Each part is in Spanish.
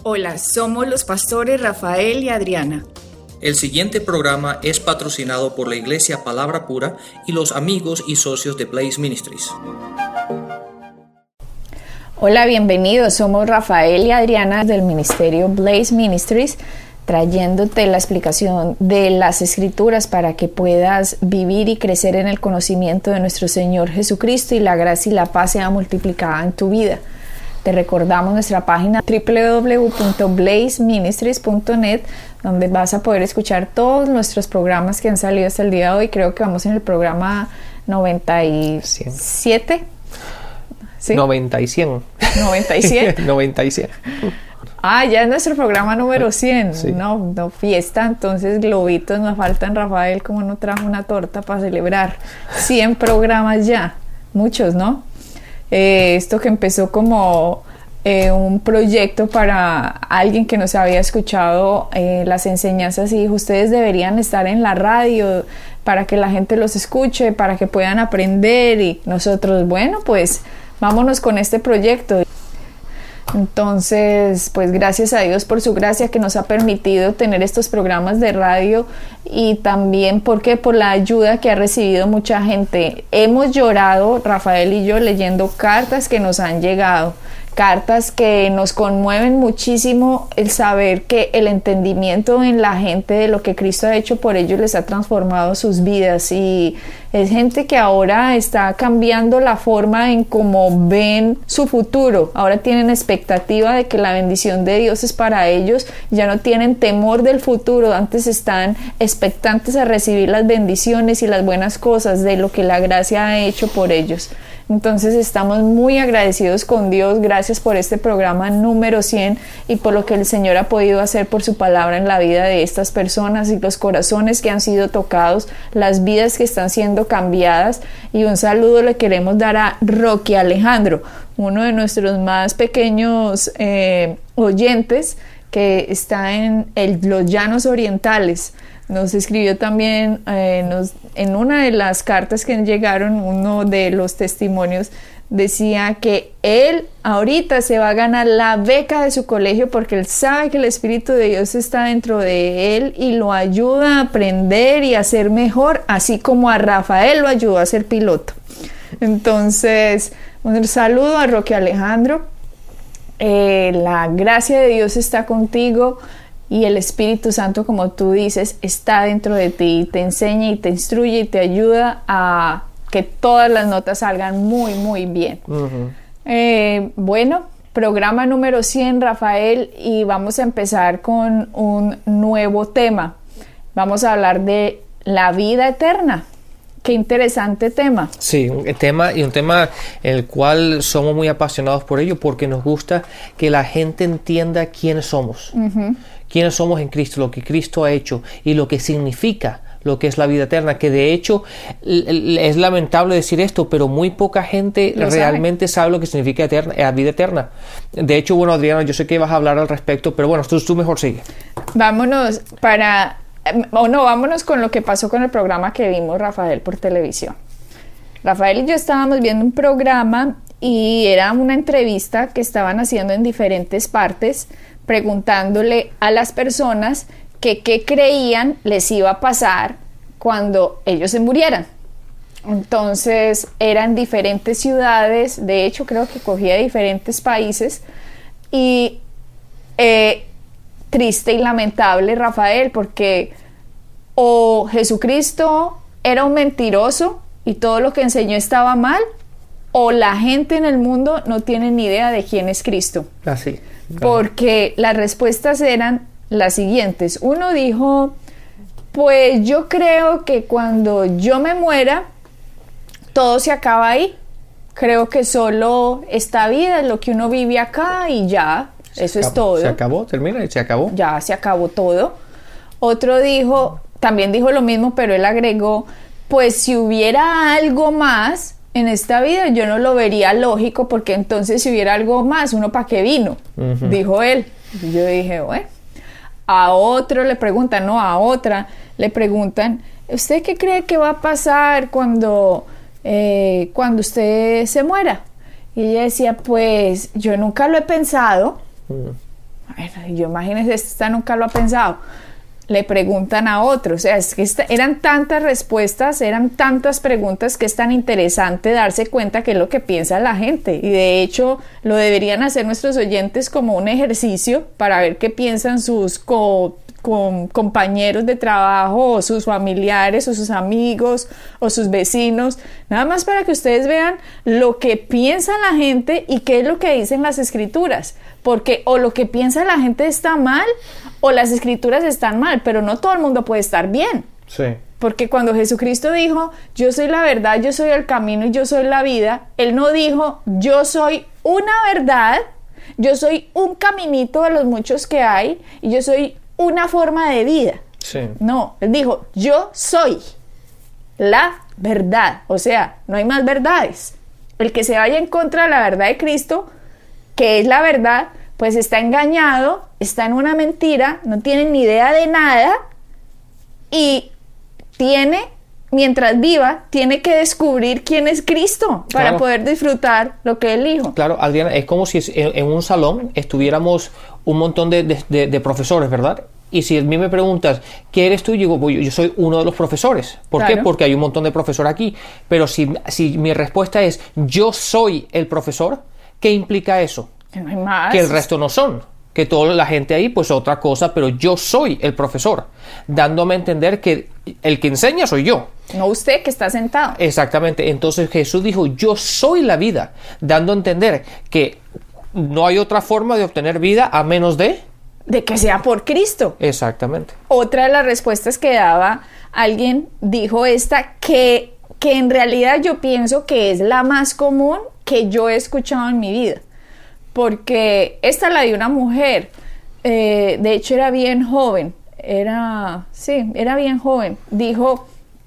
Hola, somos los pastores Rafael y Adriana. El siguiente programa es patrocinado por la Iglesia Palabra Pura y los amigos y socios de Blaze Ministries. Hola, bienvenidos. Somos Rafael y Adriana del ministerio Blaze Ministries, trayéndote la explicación de las Escrituras para que puedas vivir y crecer en el conocimiento de nuestro Señor Jesucristo y la gracia y la paz sea multiplicada en tu vida. Te recordamos nuestra página www.blazeministries.net, donde vas a poder escuchar todos nuestros programas que han salido hasta el día de hoy. Creo que vamos en el programa 97. ¿Sí? 90 y 100. 97. 90 y 100. Ah, ya es nuestro programa número 100. Sí. No, fiesta. Entonces, globitos nos faltan. Rafael, como no trajo una torta para celebrar 100 programas ya. Muchos, ¿no? Esto que empezó como un proyecto para alguien que nos había escuchado las enseñanzas y dijo, ustedes deberían estar en la radio para que la gente los escuche, para que puedan aprender, y nosotros, bueno, pues vámonos con este proyecto. Entonces, pues gracias a Dios por su gracia que nos ha permitido tener estos programas de radio, y también porque por la ayuda que ha recibido mucha gente. Hemos llorado, Rafael y yo, leyendo cartas que nos han llegado, cartas que nos conmueven muchísimo, el saber que el entendimiento en la gente de lo que Cristo ha hecho por ellos les ha transformado sus vidas, y es gente que ahora está cambiando la forma en cómo ven su futuro. Ahora tienen expectativa de que la bendición de Dios es para ellos, ya no tienen temor del futuro, antes están expectantes a recibir las bendiciones y las buenas cosas de lo que la gracia ha hecho por ellos. Entonces estamos muy agradecidos con Dios, gracias por este programa número 100 y por lo que el Señor ha podido hacer por su palabra en la vida de estas personas y los corazones que han sido tocados, las vidas que están siendo cambiadas. Y un saludo le queremos dar a Rocky Alejandro, uno de nuestros más pequeños oyentes que está en los Llanos Orientales. Nos escribió también en una de las cartas que llegaron, uno de los testimonios decía que él ahorita se va a ganar la beca de su colegio porque él sabe que el Espíritu de Dios está dentro de él y lo ayuda a aprender y a ser mejor, así como a Rafael lo ayudó a ser piloto. Entonces, un saludo a Roque Alejandro. La gracia de Dios está contigo. Y el Espíritu Santo, como tú dices, está dentro de ti, te enseña y te instruye y te ayuda a que todas las notas salgan muy, muy bien. Uh-huh. Bueno, programa número 100, Rafael, y vamos a empezar con un nuevo tema. Vamos a hablar de la vida eterna. Qué interesante tema. Sí, un tema en el cual somos muy apasionados por ello, porque nos gusta que la gente entienda quiénes somos. Uh-huh. Quiénes somos en Cristo, lo que Cristo ha hecho y lo que significa lo que es la vida eterna, que de hecho es lamentable decir esto, pero muy poca gente realmente sabe lo que significa vida eterna. De hecho, bueno, Adriana, yo sé que vas a hablar al respecto, pero bueno, tú mejor sigue. Vámonos con lo que pasó con el programa que vimos, Rafael, por televisión. Rafael y yo estábamos viendo un programa y era una entrevista que estaban haciendo en diferentes partes, preguntándole a las personas qué creían les iba a pasar cuando ellos se murieran. Entonces eran diferentes ciudades, de hecho creo que cogía diferentes países, y triste y lamentable, Rafael, porque o Jesucristo era un mentiroso y todo lo que enseñó estaba mal, o la gente en el mundo no tiene ni idea de quién es Cristo. Así. Porque las respuestas eran las siguientes. Uno dijo, pues yo creo que cuando yo me muera, todo se acaba ahí. Creo que solo esta vida es lo que uno vive acá y ya, eso es todo. Se acabó, termina y se acabó. Ya se acabó todo. Otro también dijo lo mismo, pero él agregó, pues si hubiera algo más en esta vida, yo no lo vería lógico, porque entonces si hubiera algo más, ¿uno para qué vino? Uh-huh. Dijo él. Y yo dije, bueno. A otra le preguntan, ¿usted qué cree que va a pasar cuando usted se muera? Y ella decía, pues yo nunca lo he pensado. A ver, yo imagínense, esta nunca lo ha pensado. Le preguntan a otros, o sea, es que eran tantas respuestas, eran tantas preguntas que es tan interesante darse cuenta qué es lo que piensa la gente, y de hecho lo deberían hacer nuestros oyentes como un ejercicio para ver qué piensan sus compañeros de trabajo o sus familiares o sus amigos o sus vecinos, nada más para que ustedes vean lo que piensa la gente y qué es lo que dicen las escrituras, porque o lo que piensa la gente está mal o las escrituras están mal, pero no todo el mundo puede estar bien. Sí. Porque cuando Jesucristo dijo, yo soy la verdad, yo soy el camino y yo soy la vida, Él no dijo, yo soy una verdad, yo soy un caminito de los muchos que hay y yo soy una forma de vida. Sí. No, Él dijo, yo soy la verdad. O sea, no hay más verdades. El que se vaya en contra de la verdad de Cristo, que es la verdad, pues está engañado, está en una mentira, no tiene ni idea de nada y mientras viva, tiene que descubrir quién es Cristo para Claro. poder disfrutar lo que Él dijo. Claro, Adriana, es como si en un salón estuviéramos un montón de profesores, ¿verdad? Y si a mí me preguntas, ¿qué eres tú? Yo digo, pues yo soy uno de los profesores. ¿Por Claro. qué? Porque hay un montón de profesores aquí. Pero si mi respuesta es, yo soy el profesor, ¿qué implica eso? Que no hay más. Que el resto no son. Que toda la gente ahí, pues otra cosa, pero yo soy el profesor. Dándome a entender que el que enseña soy yo. No usted que está sentado. Exactamente. Entonces Jesús dijo, yo soy la vida. Dando a entender que no hay otra forma de obtener vida a menos de... De que sea por Cristo. Exactamente. Otra de las respuestas que daba alguien dijo esta, que en realidad yo pienso que es la más común que yo he escuchado en mi vida. Porque esta la de una mujer, de hecho era bien joven, era bien joven. Dijo,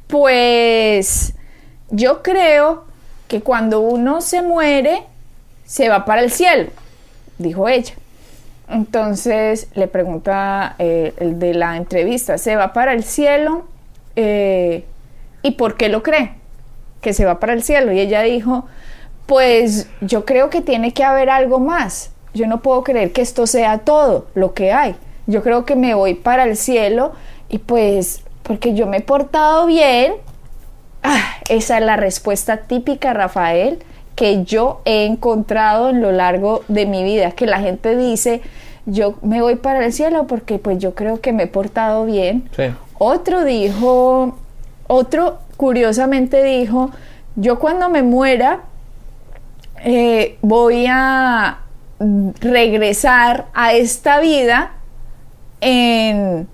pues yo creo que cuando uno se muere, se va para el cielo, dijo ella. Entonces le pregunta el de la entrevista, ¿se va para el cielo? ¿Y por qué lo cree? Que se va para el cielo. Y ella dijo, pues yo creo que tiene que haber algo más. Yo no puedo creer que esto sea todo lo que hay. Yo creo que me voy para el cielo y pues porque yo me he portado bien. Esa es la respuesta típica, Rafael, que yo he encontrado en lo largo de mi vida, que la gente dice, yo me voy para el cielo porque pues yo creo que me he portado bien. Sí. Otro curiosamente dijo, yo cuando me muera voy a regresar a esta vida en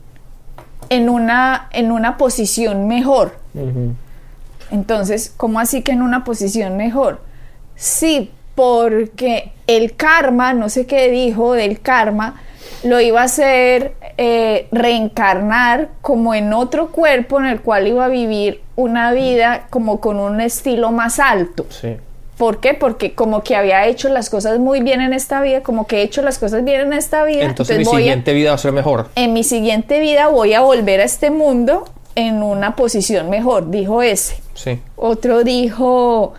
una posición mejor. Uh-huh. Entonces, ¿cómo así que en una posición mejor? Sí, porque el karma, no sé qué dijo del karma, lo iba a hacer reencarnar como en otro cuerpo en el cual iba a vivir una vida como con un estilo más alto. Sí. ¿Por qué? Porque como que había hecho las cosas muy bien en esta vida, como que he hecho las cosas bien en esta vida. Entonces mi siguiente vida va a ser mejor. En mi siguiente vida voy a volver a este mundo en una posición mejor, dijo ese. Sí. Otro dijo,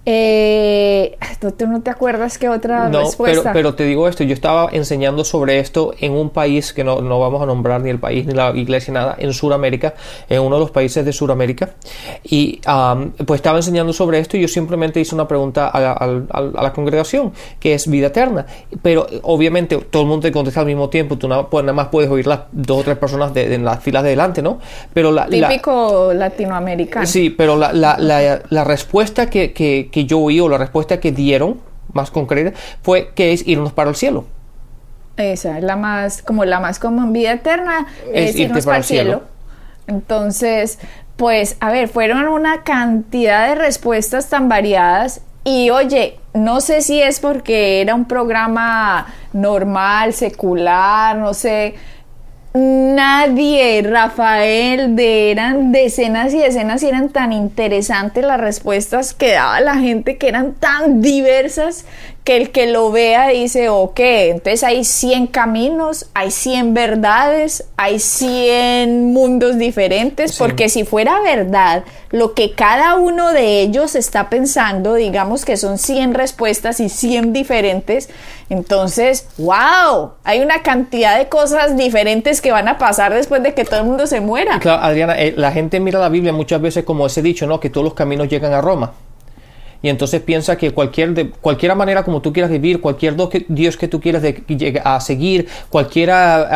¿tú no te acuerdas qué otra respuesta? pero te digo esto, yo estaba enseñando sobre esto en un país que no vamos a nombrar ni el país ni la iglesia, nada, en Sudamérica, en uno de los países de Sudamérica, y pues estaba enseñando sobre esto y yo simplemente hice una pregunta a la congregación, que es vida eterna, pero obviamente todo el mundo te contesta al mismo tiempo, tú nada más puedes oír las 2 o 3 personas en las filas de delante, ¿no? Pero típico latinoamericano. Sí, pero la respuesta que yo oí, o la respuesta que dieron más concreta, fue que es irnos para el cielo. Esa es la más común. Vida eterna es irnos para el cielo. Entonces, pues, a ver, fueron una cantidad de respuestas tan variadas. Y oye, no sé si es porque era un programa normal, secular, no sé. Nadie, Rafael, eran decenas y decenas y eran tan interesantes las respuestas que daba la gente, que eran tan diversas, que el que lo vea dice, ok, entonces hay 100 caminos, hay 100 verdades, hay 100 mundos diferentes, porque si fuera verdad lo que cada uno de ellos está pensando, digamos que son 100 respuestas y 100 diferentes, entonces, wow, hay una cantidad de cosas diferentes que van a pasar después de que todo el mundo se muera. Claro, Adriana, la gente mira la Biblia muchas veces como ese dicho, ¿no? Que todos los caminos llegan a Roma. Y entonces piensa que cualquier manera como tú quieras vivir, cualquier Dios que tú quieras a seguir, cualquier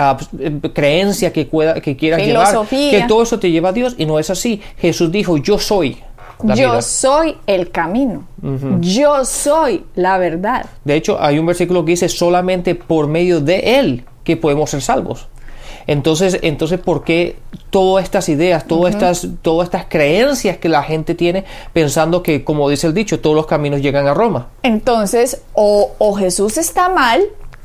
creencia que quieras filosofía, llevar, que todo eso te lleva a Dios, y no es así. Jesús dijo, yo soy la vida. Yo soy el camino. Yo soy la verdad. De hecho, hay un versículo que dice, solamente por medio de Él que podemos ser salvos. Entonces, ¿por qué todas estas ideas, todas estas creencias que la gente tiene pensando que, como dice el dicho, todos los caminos llegan a Roma? Entonces, o Jesús está mal,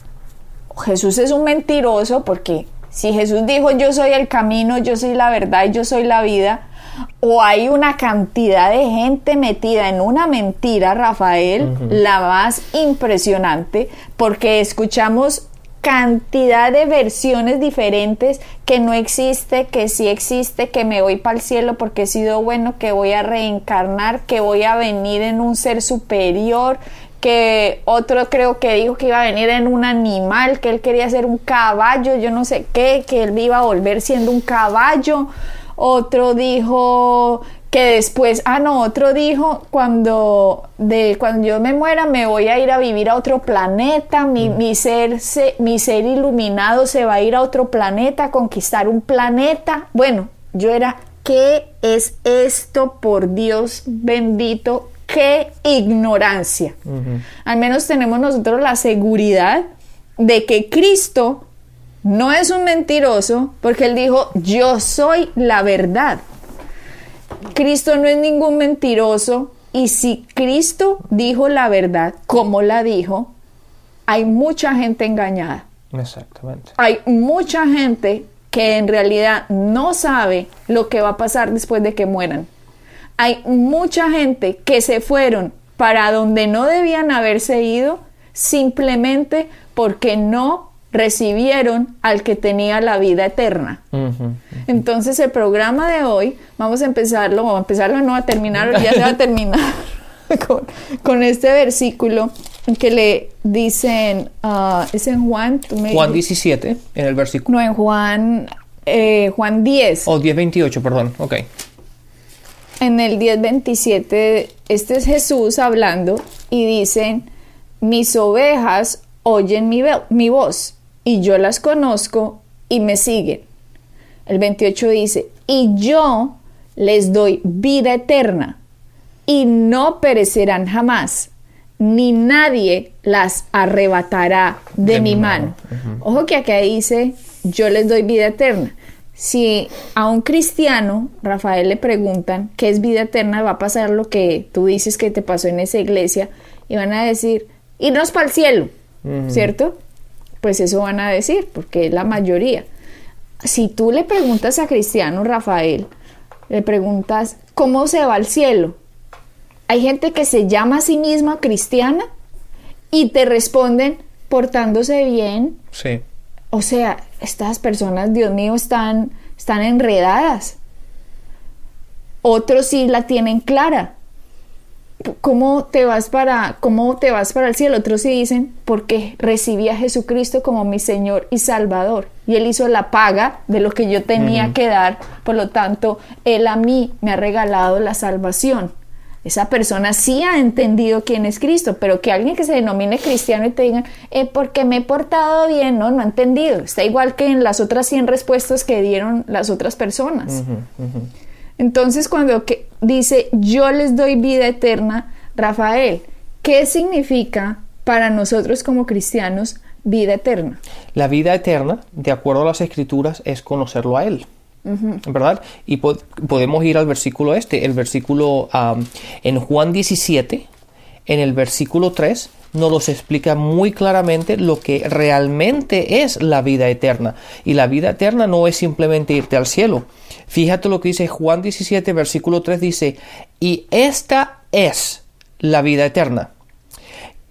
o Jesús es un mentiroso, porque si Jesús dijo yo soy el camino, yo soy la verdad y yo soy la vida, o hay una cantidad de gente metida en una mentira, Rafael, la más impresionante, porque escuchamos cantidad de versiones diferentes, que no existe, que sí existe, que me voy para el cielo porque he sido bueno, que voy a reencarnar, que voy a venir en un ser superior, que otro creo que dijo que iba a venir en un animal, que él quería ser un caballo, yo no sé qué, que él iba a volver siendo un caballo. Otro dijo que después, otro dijo cuando yo me muera me voy a ir a vivir a otro planeta, mi ser iluminado se va a ir a otro planeta, a conquistar un planeta. Bueno, yo era, ¿qué es esto? Por Dios bendito, qué ignorancia. Al menos tenemos nosotros la seguridad de que Cristo no es un mentiroso, porque Él dijo, yo soy la verdad. Cristo no es ningún mentiroso, y si Cristo dijo la verdad, como la dijo, hay mucha gente engañada. Exactamente. Hay mucha gente que en realidad no sabe lo que va a pasar después de que mueran. Hay mucha gente que se fueron para donde no debían haberse ido, simplemente porque no recibieron al que tenía la vida eterna. Entonces el programa de hoy vamos a empezarlo no a terminarlo, ya se va a terminar con este versículo que le dicen, es en Juan 17, en el versículo. No, en Juan 10. O 10:28, perdón, ok. En el 10:27, este es Jesús hablando y dicen, mis ovejas oyen mi voz y yo las conozco y me siguen. El 28 dice, y yo les doy vida eterna y no perecerán jamás, ni nadie las arrebatará de mi mano. Ojo que acá dice, yo les doy vida eterna. Si a un cristiano, Rafael, le preguntan qué es vida eterna, va a pasar lo que tú dices que te pasó en esa iglesia y van a decir, irnos para el cielo, ¿cierto? Pues eso van a decir, porque es la mayoría. Si tú le preguntas a cristiano, Rafael, le preguntas, ¿cómo se va al cielo? Hay gente que se llama a sí misma cristiana y te responden portándose bien. Sí. O sea, estas personas, Dios mío, están enredadas. Otros sí la tienen clara. ¿Cómo te vas para el cielo? Otros sí dicen, porque recibí a Jesucristo como mi Señor y Salvador. Y Él hizo la paga de lo que yo tenía que dar. Por lo tanto, Él a mí me ha regalado la salvación. Esa persona sí ha entendido quién es Cristo, pero que alguien que se denomine cristiano y te diga, porque me he portado bien, no ha entendido. Está igual que en las otras 100 respuestas que dieron las otras personas. Entonces, cuando dice, yo les doy vida eterna, Rafael, ¿qué significa para nosotros como cristianos vida eterna? La vida eterna, de acuerdo a las Escrituras, es conocerlo a Él. ¿Verdad? Y podemos ir al versículo el versículo en Juan 17, en el versículo 3, nos los explica muy claramente lo que realmente es la vida eterna. Y la vida eterna no es simplemente irte al cielo. Fíjate lo que dice Juan 17, versículo 3, dice, y esta es la vida eterna,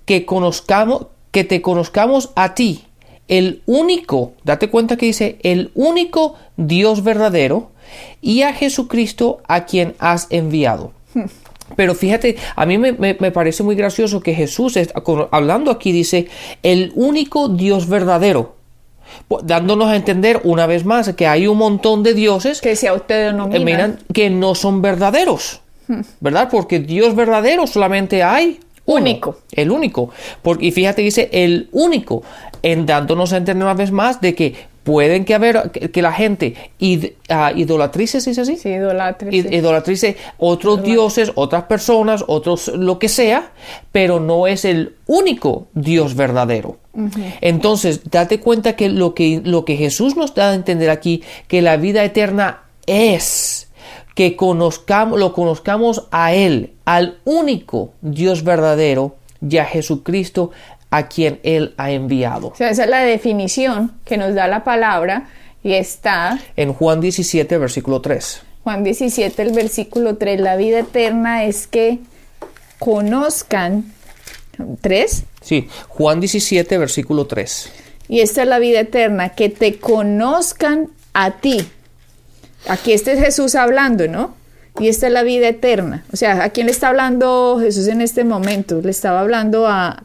que te conozcamos a ti, el único, date cuenta que dice, el único Dios verdadero, y a Jesucristo a quien has enviado. Pero fíjate, a mí me parece muy gracioso que Jesús, hablando aquí, dice, el único Dios verdadero, dándonos a entender una vez más que hay un montón de dioses que se autodenominan que no son verdaderos, ¿verdad? Porque Dios verdadero solamente hay uno, único. El único. Y fíjate, dice el único, dándonos a entender una vez más de que pueden que la gente idolatrice, ¿sí es así? Sí, idolatrice otros dioses, otras personas, otros lo que sea, pero no es el único Dios verdadero. Entonces, date cuenta que lo que Jesús nos da a entender aquí, que la vida eterna es que lo conozcamos a Él, al único Dios verdadero, y a Jesucristo, a quien Él ha enviado. O sea, esa es la definición que nos da la palabra y está en Juan 17, versículo 3. Juan 17, el versículo 3. La vida eterna es que conozcan. ¿3? Sí, Juan 17, versículo 3. Y esta es la vida eterna, que te conozcan a ti. Aquí es Jesús hablando, ¿no? Y esta es la vida eterna. O sea, ¿a quién le está hablando Jesús en este momento? Le estaba hablando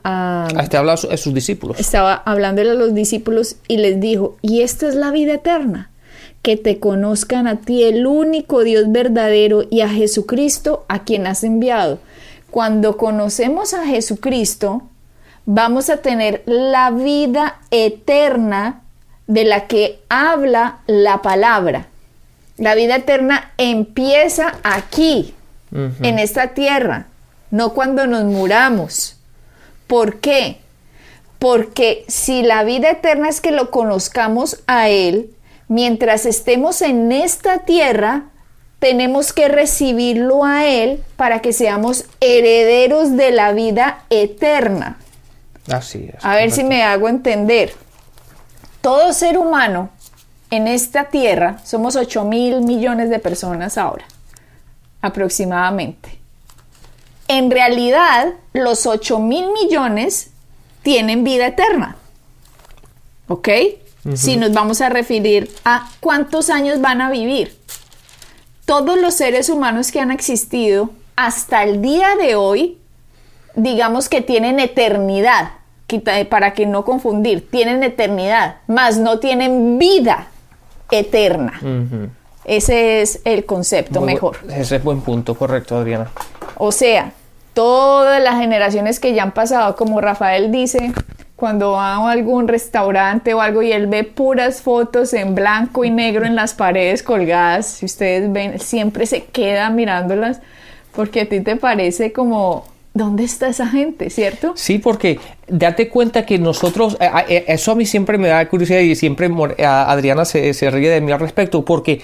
a sus discípulos. Estaba hablándole a los discípulos y les dijo, y esta es la vida eterna, que te conozcan a ti, el único Dios verdadero, y a Jesucristo, a quien has enviado. Cuando conocemos a Jesucristo, vamos a tener la vida eterna de la que habla la palabra. La vida eterna empieza aquí, en esta tierra, no cuando nos muramos. ¿Por qué? Porque si la vida eterna es que lo conozcamos a Él, mientras estemos en esta tierra, tenemos que recibirlo a Él para que seamos herederos de la vida eterna. Así es. A ver si me hago entender. Todo ser humano en esta tierra, somos 8.000 millones de personas ahora, aproximadamente. En realidad, los 8.000 millones tienen vida eterna. ¿Ok? Si nos vamos a referir a cuántos años van a vivir. Todos los seres humanos que han existido hasta el día de hoy, digamos que tienen eternidad, para que no confundir, tienen eternidad, mas no tienen vida eterna. Ese es el concepto mejor. Ese es buen punto, correcto, Adriana. O sea, todas las generaciones que ya han pasado, como Rafael dice, cuando va a algún restaurante o algo y él ve puras fotos en blanco y negro en las paredes colgadas, si ustedes ven, siempre se queda mirándolas porque a ti te parece como, ¿dónde está esa gente? ¿Cierto? Sí, porque date cuenta que nosotros, eso a mí siempre me da curiosidad y siempre Adriana se ríe de mí al respecto, porque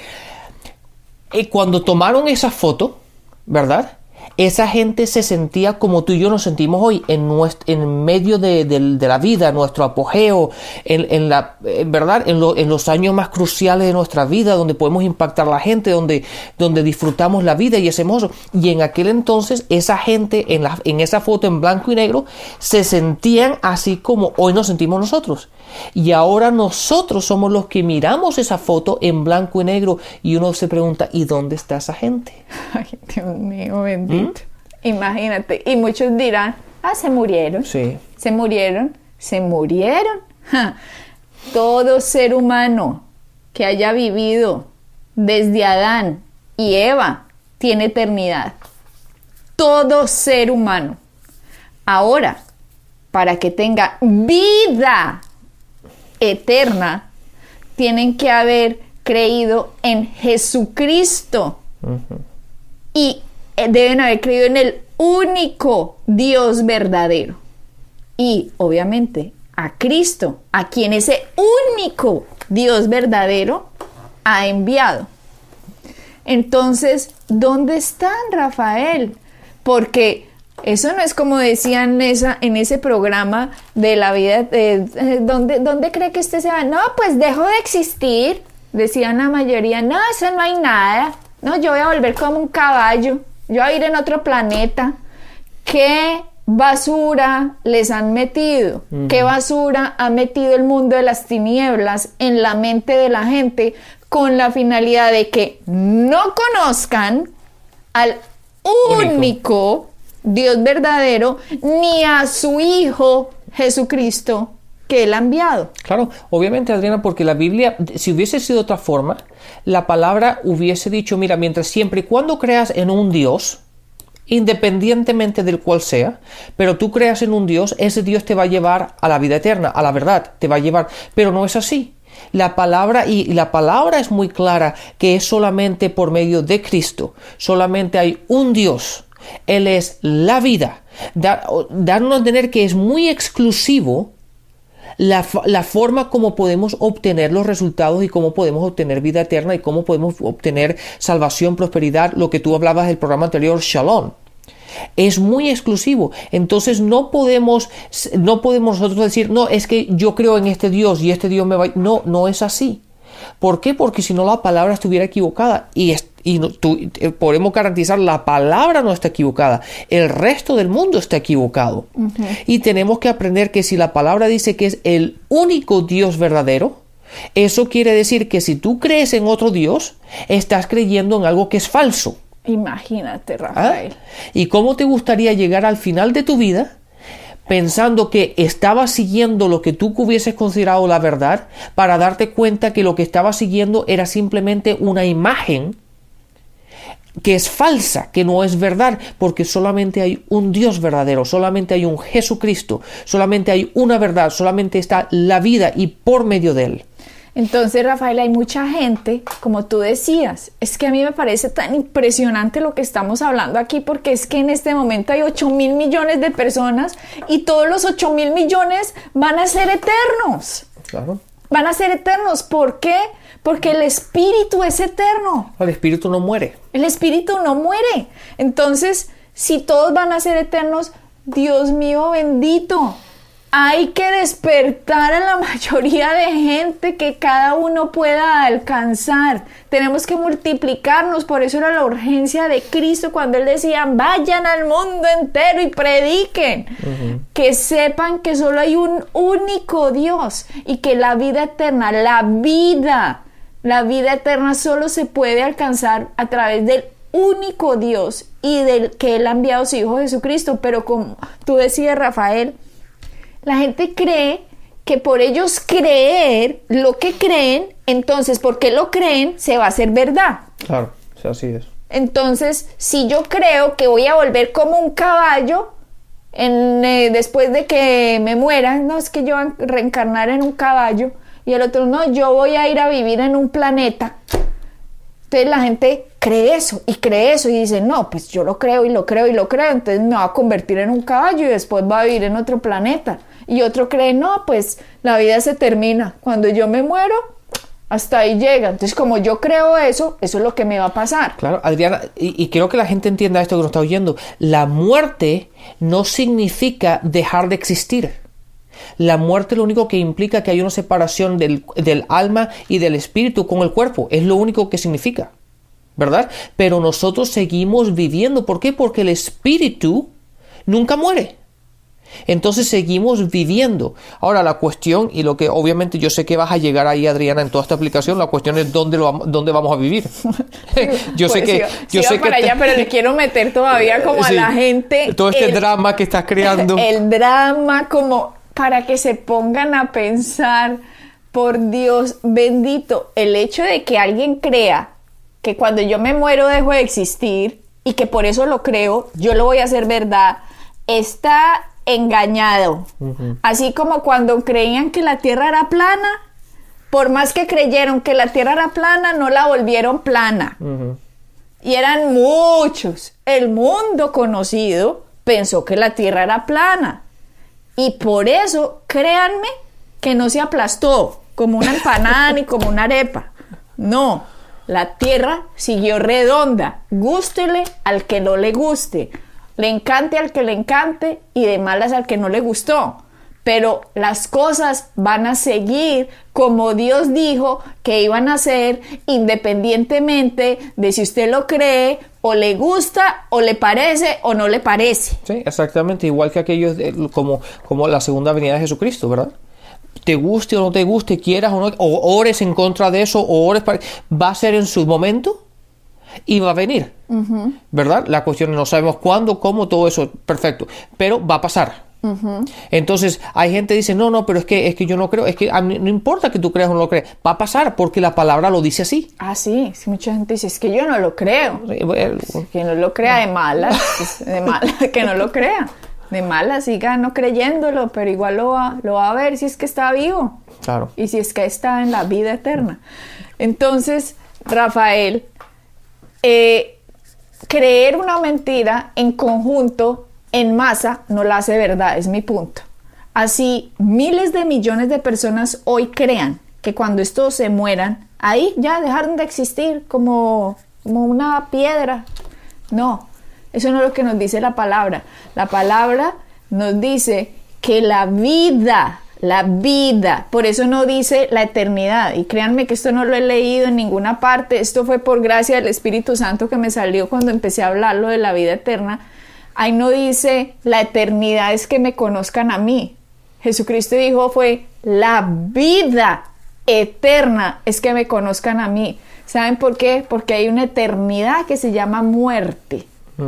cuando tomaron esa foto, ¿verdad? Esa gente se sentía como tú y yo nos sentimos hoy, en medio de la vida, nuestro apogeo, ¿verdad? En los años más cruciales de nuestra vida, donde podemos impactar a la gente, donde disfrutamos la vida y es hermoso. Y en aquel entonces, esa gente, en esa foto en blanco y negro, se sentían así como hoy nos sentimos nosotros. Y ahora nosotros somos los que miramos esa foto en blanco y negro y uno se pregunta, ¿y dónde está esa gente? Ay, Dios mío, bendito. Imagínate. Y muchos dirán, se murieron. Sí. Se murieron. ¡Ja! Todo ser humano que haya vivido desde Adán y Eva tiene eternidad. Todo ser humano. Ahora, para que tenga vida eterna, tienen que haber creído en Jesucristo. Y deben haber creído en el único Dios verdadero. Y obviamente a Cristo, a quien ese único Dios verdadero ha enviado. Entonces, ¿dónde están, Rafael? Porque eso no es como decían en ese programa de la vida, ¿dónde cree que usted se va? No, pues dejo de existir, decían la mayoría. No, eso no hay nada. No, yo voy a volver como un caballo, yo voy a ir en otro planeta. ¡Qué basura les han metido? ¿Qué basura ha metido el mundo de las tinieblas en la mente de la gente con la finalidad de que no conozcan al único Dios verdadero ni a su Hijo Jesucristo que Él ha enviado? Claro, obviamente, Adriana, porque la Biblia, si hubiese sido de otra forma, la palabra hubiese dicho, mira, mientras siempre y cuando creas en un Dios, independientemente del cual sea, pero tú creas en un Dios, ese Dios te va a llevar a la vida eterna, a la verdad, te va a llevar, pero no es así. La palabra es muy clara que es solamente por medio de Cristo, solamente hay un Dios, Él es la vida, darnos a entender que es muy exclusivo la forma como podemos obtener los resultados y cómo podemos obtener vida eterna y cómo podemos obtener salvación, prosperidad, lo que tú hablabas del programa anterior, Shalom. Es muy exclusivo. Entonces no podemos nosotros decir, no, es que yo creo en este Dios y este Dios me va... No es así. ¿Por qué? Porque si no la palabra estuviera equivocada y podemos garantizar la palabra no está equivocada, el resto del mundo está equivocado. Y tenemos que aprender que si la palabra dice que es el único Dios verdadero, eso quiere decir que si tú crees en otro Dios, estás creyendo en algo que es falso. Imagínate, Rafael. ¿Y cómo te gustaría llegar al final de tu vida pensando que estabas siguiendo lo que tú hubieses considerado la verdad, para darte cuenta que lo que estabas siguiendo era simplemente una imagen que es falsa, que no es verdad, porque solamente hay un Dios verdadero, solamente hay un Jesucristo, solamente hay una verdad, solamente está la vida y por medio de Él. Entonces, Rafael, hay mucha gente, como tú decías, es que a mí me parece tan impresionante lo que estamos hablando aquí, porque es que en este momento hay 8.000 millones de personas y todos los 8.000 millones van a ser eternos. Claro. Van a ser eternos. ¿Por qué? Porque el espíritu es eterno. El espíritu no muere. El espíritu no muere. Entonces, si todos van a ser eternos, Dios mío bendito, hay que despertar a la mayoría de gente que cada uno pueda alcanzar. Tenemos que multiplicarnos. Por eso era la urgencia de Cristo cuando Él decía, vayan al mundo entero y prediquen. Que sepan que solo hay un único Dios y que la vida eterna, la vida eterna solo se puede alcanzar a través del único Dios y del que Él ha enviado a su Hijo Jesucristo. Pero como tú decías, Rafael, la gente cree que por ellos creer lo que creen, entonces porque lo creen se va a hacer verdad. Claro, así es. Entonces, si yo creo que voy a volver como un caballo después de que me muera, no, es que yo voy a reencarnar en un caballo, y el otro, no, yo voy a ir a vivir en un planeta. Entonces la gente cree eso y dice, no, pues yo lo creo y lo creo y lo creo, entonces me va a convertir en un caballo y después va a vivir en otro planeta. Y otro cree, no, pues la vida se termina, cuando yo me muero, hasta ahí llega. Entonces, como yo creo eso es lo que me va a pasar. Claro, Adriana, y quiero que la gente entienda esto que nos está oyendo. La muerte no significa dejar de existir. La muerte lo único que implica que hay una separación del alma y del espíritu con el cuerpo. Es lo único que significa, ¿verdad? Pero nosotros seguimos viviendo. ¿Por qué? Porque el espíritu nunca muere. Entonces seguimos viviendo. Ahora la cuestión, y lo que obviamente yo sé que vas a llegar ahí, Adriana, en toda esta aplicación, la cuestión es dónde vamos a vivir. Yo pues sé que yo sé para allá, pero le quiero meter todavía como sí, a la gente todo este drama que estás creando. El drama, como para que se pongan a pensar, por Dios bendito, el hecho de que alguien crea que cuando yo me muero dejo de existir y que por eso lo creo, yo lo voy a hacer verdad, está engañado. Así como cuando creían que la tierra era plana, por más que creyeron que la tierra era plana, no la volvieron plana. Y eran muchos. El mundo conocido pensó que la tierra era plana. Y por eso, créanme, que no se aplastó como una empanada ni como una arepa. No, la tierra siguió redonda. Gústele al que no le guste. Le encante al que le encante y de malas al que no le gustó. Pero las cosas van a seguir como Dios dijo que iban a ser, independientemente de si usted lo cree o le gusta, o le parece, o no le parece. Sí, exactamente, igual que aquellos como la segunda venida de Jesucristo, ¿verdad? Te guste o no te guste, quieras o no, o ores en contra de eso, o ores para... va a ser en su momento y va a venir, ¿verdad? La cuestión es no sabemos cuándo, cómo, todo eso, perfecto, pero va a pasar. Entonces hay gente que dice no, pero es que yo no creo, es que a mí no importa que tú creas o no lo creas, va a pasar porque la palabra lo dice así. Sí, mucha gente dice, es que yo no lo creo. Que no lo crea de malas, que no lo crea. De malas, siga no creyéndolo, pero igual lo va a ver si es que está vivo. Claro. Y si es que está en la vida eterna. Entonces, Rafael, creer una mentira en conjunto, en masa, no la hace verdad, es mi punto. Así, miles de millones de personas hoy crean que cuando estos se mueran, ahí ya dejaron de existir como una piedra. No, eso no es lo que nos dice la palabra. La palabra nos dice que la vida, por eso no dice la eternidad. Y créanme que esto no lo he leído en ninguna parte, esto fue por gracia del Espíritu Santo que me salió cuando empecé a hablarlo de la vida eterna. Ahí no dice la eternidad es que me conozcan a mí. Jesucristo dijo fue la vida eterna es que me conozcan a mí. ¿Saben por qué? Porque hay una eternidad que se llama muerte.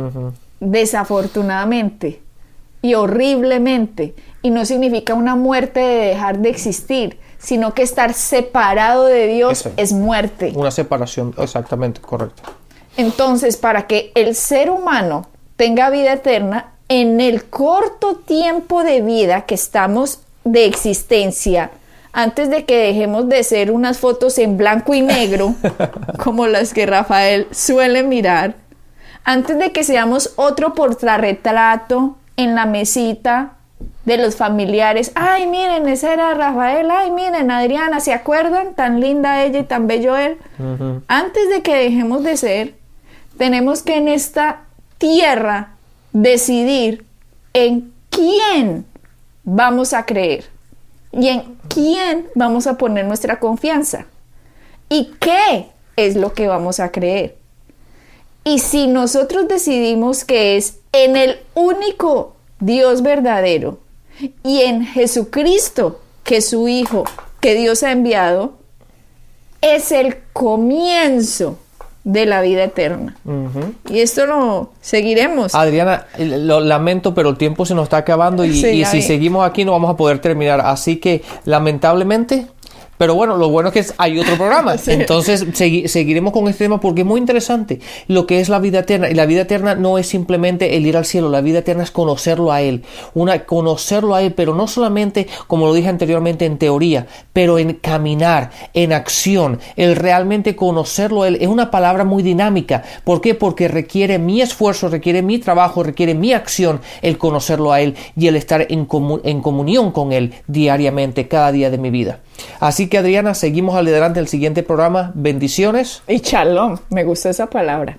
Desafortunadamente y horriblemente. Y no significa una muerte de dejar de existir, sino que estar separado de Dios es muerte. Una separación, exactamente, correcto. Entonces, para que el ser humano tenga vida eterna, en el corto tiempo de vida que estamos de existencia, antes de que dejemos de ser unas fotos en blanco y negro, como las que Rafael suele mirar, antes de que seamos otro portarretrato en la mesita de los familiares, ay miren, ese era Rafael, ay miren Adriana, ¿se acuerdan? Tan linda ella y tan bello él. Antes de que dejemos de ser, tenemos que en esta tierra decidir en quién vamos a creer y en quién vamos a poner nuestra confianza y qué es lo que vamos a creer. Y si nosotros decidimos que es en el único Dios verdadero y en Jesucristo, que es su Hijo, que Dios ha enviado, es el comienzo de la vida eterna. Y esto lo seguiremos. Adriana, lo lamento, pero el tiempo se nos está acabando y si seguimos aquí no vamos a poder terminar. Así que, lamentablemente... Pero bueno, lo bueno es que hay otro programa. Entonces seguiremos con este tema porque es muy interesante lo que es la vida eterna. Y la vida eterna no es simplemente el ir al cielo. La vida eterna es conocerlo a Él. Conocerlo a Él, pero no solamente, como lo dije anteriormente, en teoría, pero en caminar, en acción. El realmente conocerlo a Él es una palabra muy dinámica. ¿Por qué? Porque requiere mi esfuerzo, requiere mi trabajo, requiere mi acción el conocerlo a Él y el estar en comunión con Él diariamente, cada día de mi vida. Así que Adriana, seguimos adelante el siguiente programa. Bendiciones. Y shalom, me gusta esa palabra.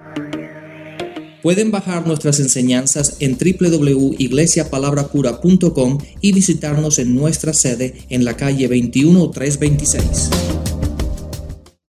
Pueden bajar nuestras enseñanzas en www.iglesiapalabrapura.com y visitarnos en nuestra sede en la calle 21326.